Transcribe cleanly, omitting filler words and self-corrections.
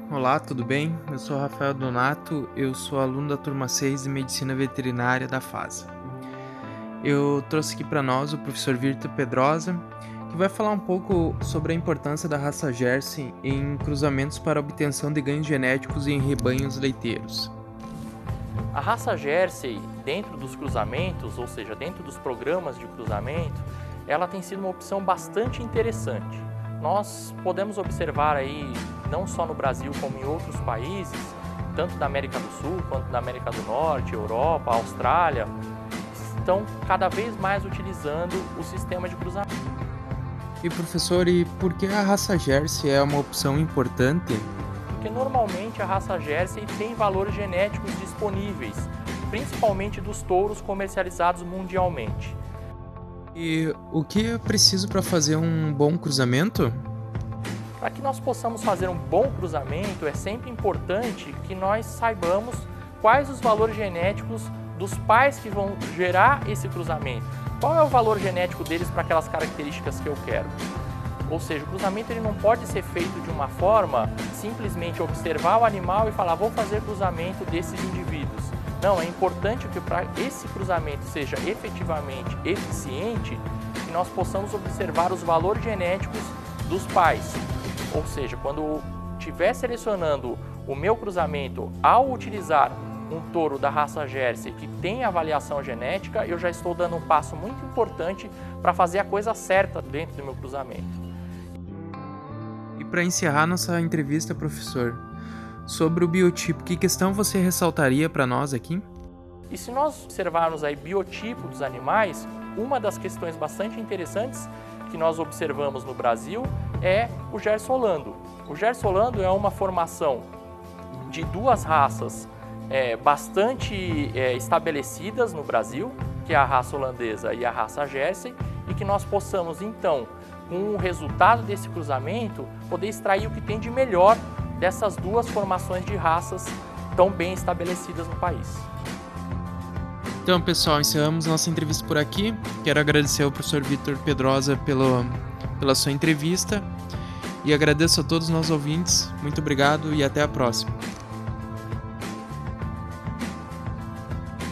Olá, tudo bem? Eu sou Rafael Donato, eu sou aluno da turma 6 de Medicina Veterinária da FASA. Eu trouxe aqui para nós o professor Vitor Pedrosa, que vai falar um pouco sobre a importância da raça Jersey em cruzamentos para obtenção de ganhos genéticos em rebanhos leiteiros. A raça Jersey, dentro dos cruzamentos, ou seja, dentro dos programas de cruzamento, ela tem sido uma opção bastante interessante. Nós podemos observar aí, não só no Brasil, como em outros países, tanto da América do Sul quanto da América do Norte, Europa, Austrália, estão cada vez mais utilizando o sistema de cruzamento. E professor, e por que a raça Jersey é uma opção importante? Porque normalmente a raça Jersey tem valores genéticos disponíveis, principalmente dos touros comercializados mundialmente. E o que é preciso para fazer um bom cruzamento? Para que nós possamos fazer um bom cruzamento, é sempre importante que nós saibamos quais os valores genéticos dos pais que vão gerar esse cruzamento. Qual é o valor genético deles para aquelas características que eu quero? Ou seja, o cruzamento ele não pode ser feito de uma forma simplesmente observar o animal e falar vou fazer cruzamento desses indivíduos. Não, é importante que para esse cruzamento seja efetivamente eficiente, que nós possamos observar os valores genéticos dos pais. Ou seja, quando eu estiver selecionando o meu cruzamento ao utilizar um touro da raça Jersey que tem avaliação genética, eu já estou dando um passo muito importante para fazer a coisa certa dentro do meu cruzamento. E para encerrar nossa entrevista, professor, sobre o biotipo, que questão você ressaltaria para nós aqui? E se nós observarmos aí biotipo dos animais, uma das questões bastante interessantes que nós observamos no Brasil é o Jersey Holando. O Jersey Holando é uma formação de duas raças bastante estabelecidas no Brasil, que é a raça holandesa e a raça Jersey, e que nós possamos então, com o resultado desse cruzamento, poder extrair o que tem de melhor dessas duas formações de raças tão bem estabelecidas no país. Então, pessoal, encerramos nossa entrevista por aqui. Quero agradecer ao professor Vitor Pedrosa pela sua entrevista e agradeço a todos os nossos ouvintes. Muito obrigado e até a próxima.